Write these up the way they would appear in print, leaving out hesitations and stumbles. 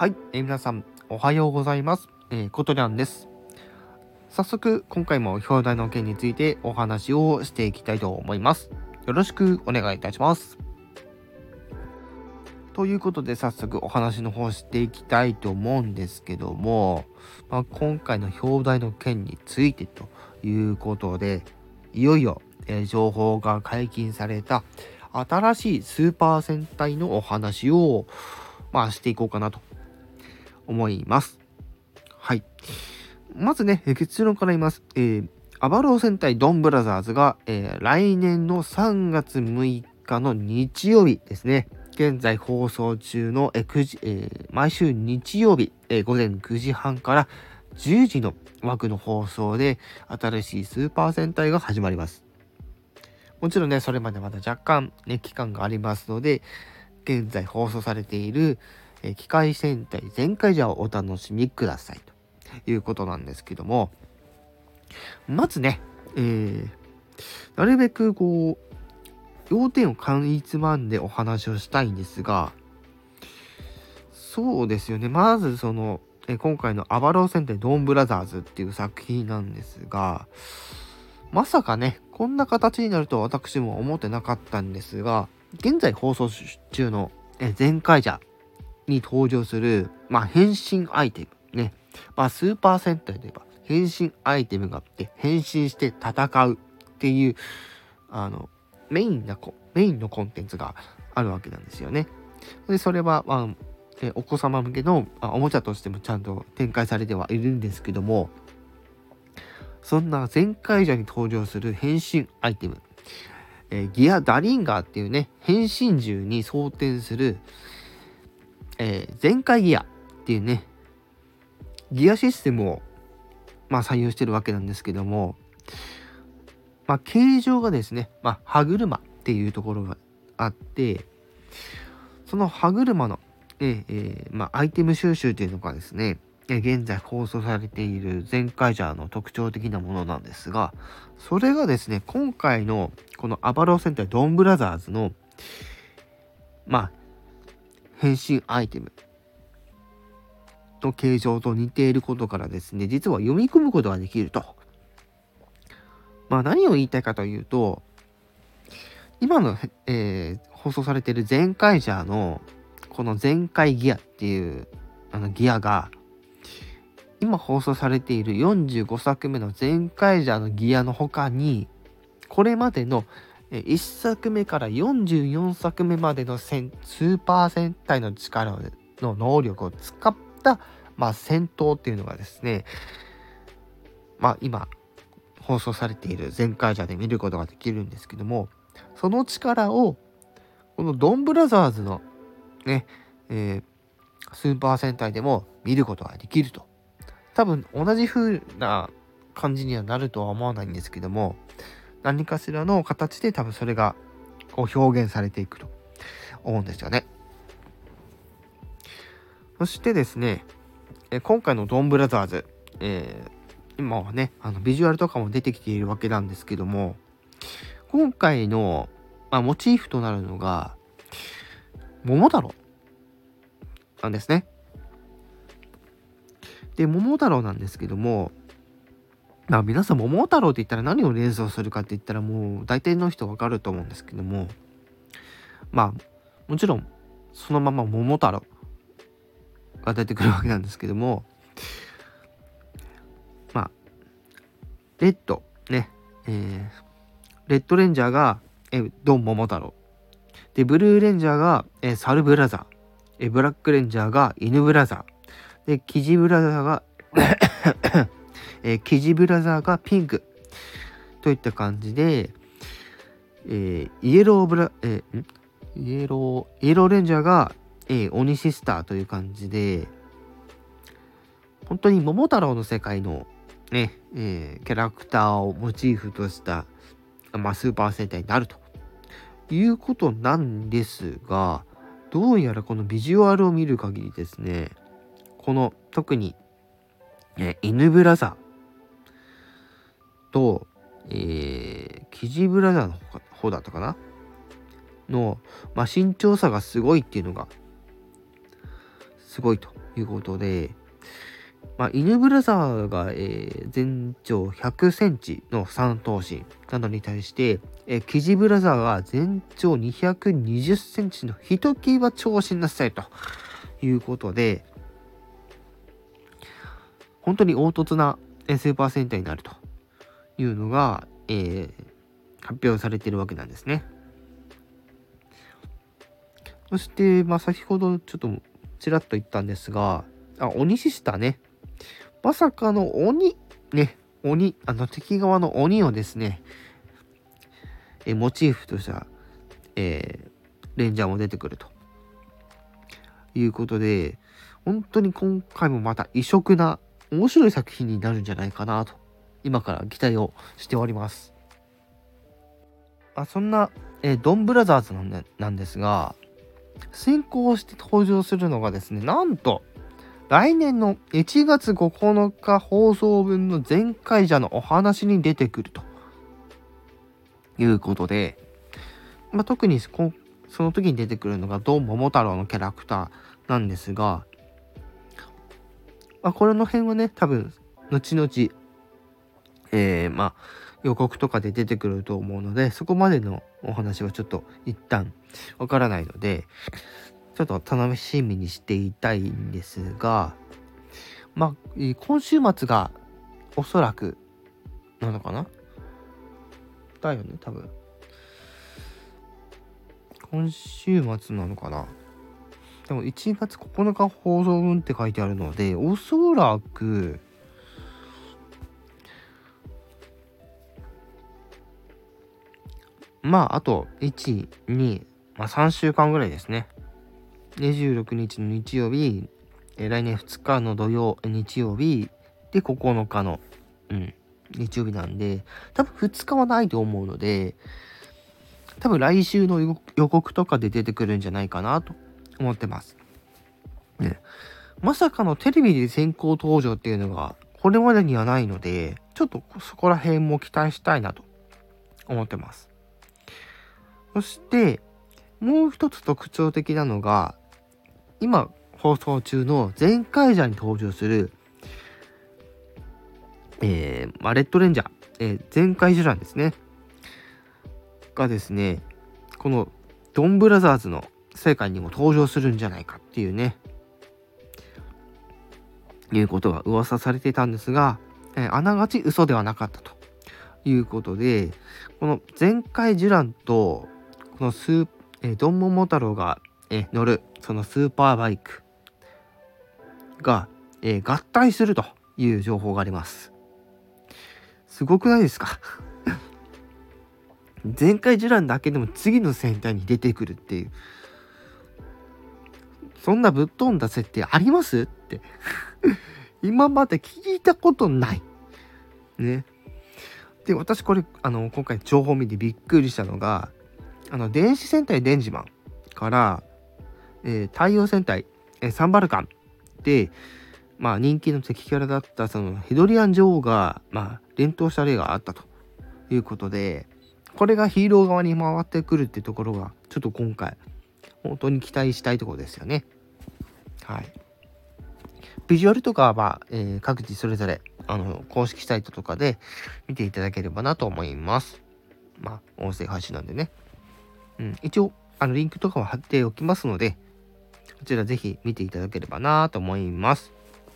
はい、皆さんおはようございます。ことにゃんです。早速今回も表題の件についてお話をしていきたいと思います。よろしくお願いいたします。ということで早速お話の方していきたいと思うんですけども、今回の表題の件についてということで、いよいよ、情報が解禁された新しいスーパー戦隊のお話をしていこうかなと思います。はい。まずね、結論から言います。アバロー戦隊ドンブラザーズが、来年の3月6日の日曜日ですね。現在放送中の、毎週日曜日、午前9時半から10時の枠の放送で新しいスーパー戦隊が始まります。もちろんね、それまでまだ若干ね、期間がありますので、現在放送されている、機械戦隊全開じゃをお楽しみくださいということなんですけども、まずね、なるべく要点をかいつまんでお話をしたいんですが、そうですよね。まず今回のアバロー戦隊ドンブラザーズっていう作品なんですが、まさかね、こんな形になるとは私も思ってなかったんですが、現在放送中の全開者に登場する、変身アイテムね。スーパー戦隊といえば変身アイテムがあって変身して戦うっていうメインのコンテンツがあるわけなんですよね。でそれは、お子様向けのおもちゃとしてもちゃんと展開されてはいるんですけども、そんな全開者に登場する変身アイテム、ギアダリンガーっていうね変身銃に装填する、全開ギアっていうねギアシステムを採用してるわけなんですけども、形状がですね、歯車っていうところがあって、その歯車の、アイテム収集っていうのがですね、現在放送されている全開ジャーの特徴的なものなんですが、それがですね、今回のこのアバロー戦隊ドンブラザーズの変身アイテムの形状と似ていることからですね、実は読み込むことができると。何を言いたいかというと、今の、放送されている全開ジャーのこの全開ギアっていうギアが今放送されている45作目の全開ジャーのギアの他に、これまでの1作目から44作目までのスーパー戦隊の力の能力を使った、戦闘っていうのがですね、今放送されている全開ジャーで見ることができるんですけども、その力をこのドンブラザーズのね、スーパー戦隊でも見ることができると。多分同じ風な感じにはなるとは思わないんですけども、何かしらの形で多分それが表現されていくと思うんですよね。そしてですね、今回のドンブラザーズ、今はねビジュアルとかも出てきているわけなんですけども、今回の、モチーフとなるのが桃太郎なんですね。で桃太郎なんですけども、皆さん桃太郎って言ったら何を連想するかって言ったらもう大体の人わかると思うんですけども、もちろんそのまま桃太郎が出てくるわけなんですけども、レッドね、レッドレンジャーがドン桃太郎で、ブルーレンジャーがサルブラザー、ブラックレンジャーが犬ブラザーで、キジブラザーがキジブラザーがピンクといった感じで、イエローレンジャーが、鬼シスターという感じで、本当に桃太郎の世界のね、キャラクターをモチーフとした、スーパー戦隊になるということなんですが、どうやらこのビジュアルを見る限りですね、この特に、犬ブラザーと、キジブラザーの方だったかなの、身長差がすごいっていうのがすごいということで、犬ブラザーが、全長100センチの3頭身なのに対して、キジブラザーが全長220センチのひときわ長身なスタイルということで、本当に凹凸なスーパー戦隊になるというのが、発表されているわけなんですね。そして、先ほどちょっとちらっと言ったんですが、鬼シスターね。まさかの鬼、敵側の鬼をですね、モチーフとした、レンジャーも出てくるということで、本当に今回もまた異色な面白い作品になるんじゃないかなと、今から期待をしております。そんな、ドンブラザーズなんですが、先行して登場するのがですね、なんと、来年の1月9日放送分のゼンカイジャのお話に出てくるということで、特にその時に出てくるのがドン桃太郎のキャラクターなんですが、これの辺はね、多分後々予告とかで出てくると思うので、そこまでのお話はちょっと一旦わからないので、ちょっと楽しみにしていたいんですが、今週末がおそらくなのかなだよね、多分。今週末なのかな。でも1月9日放送分って書いてあるので、おそらくあと1、2、3週間ぐらいですね。26日の日曜日、来年2日の日曜日で9日の、日曜日なんで、多分2日はないと思うので、多分来週の予告とかで出てくるんじゃないかなと思ってます。ね、まさかのテレビで先行登場っていうのがこれまでにはないので、ちょっとそこら辺も期待したいなと思ってます。そしてもう一つ特徴的なのが、今放送中のゼンカイジャーに登場するレッドレンジャー、ゼンカイジュランですねがですね、このドンブラザーズの世界にも登場するんじゃないかっていうね、いうことが噂されていたんですが、あながち嘘ではなかったということで、このゼンカイジュランとこのドンモモ太郎が、乗るそのスーパーバイクが、合体するという情報があります。すごくないですか？ゼンカイジュランだけでも次の戦隊に出てくるっていう、そんなぶっ飛んだ設定ありますって今まで聞いたことないね。で、私これ今回情報を見てびっくりしたのが、電子戦隊デンジマンから、太陽戦隊、サンバルカンで、人気の敵キャラだったそのヘドリアン女王が、連投した例があったということで、これがヒーロー側に回ってくるってところがちょっと今回本当に期待したいところですよね。はい。ビジュアルとかは、各自それぞれ公式サイトとかで見ていただければなと思います。音声配信なんでね。一応リンクとかは貼っておきますので、こちらぜひ見ていただければなと思います。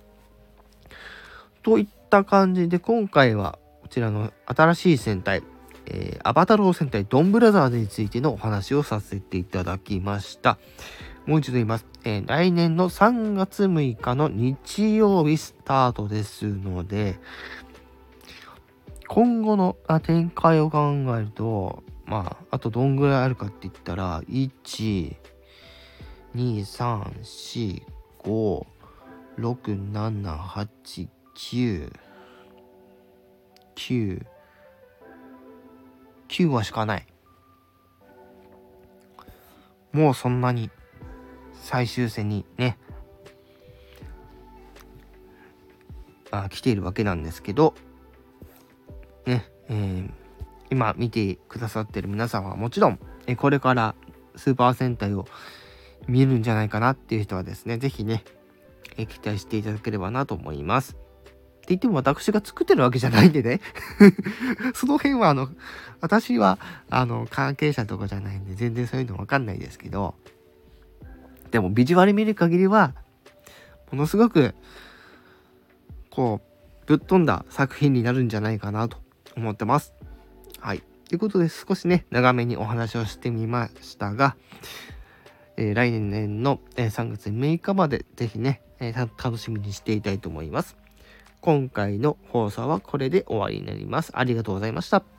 といった感じで、今回はこちらの新しい戦隊、アバタロー戦隊ドンブラザーズについてのお話をさせていただきました。もう一度言います。来年の3月6日の日曜日スタートですので、今後の展開を考えると、あとどんぐらいあるかって言ったら、1、2、3、4、5、6、7、8、9話しかない。もうそんなに最終戦にね、来ているわけなんですけど、ね、今見てくださってる皆さんはもちろん、これからスーパー戦隊を見るんじゃないかなっていう人はですね、ぜひね、 期待していただければなと思います。って言っても私が作ってるわけじゃないんでねその辺は私は関係者とかじゃないんで全然そういうのわかんないですけど、でもビジュアル見る限りはものすごくこうぶっ飛んだ作品になるんじゃないかなと思ってます。はい。ということで少しね長めにお話をしてみましたが、来年の3月6日までぜひね、楽しみにしていたいと思います。今回の放送はこれで終わりになります。ありがとうございました。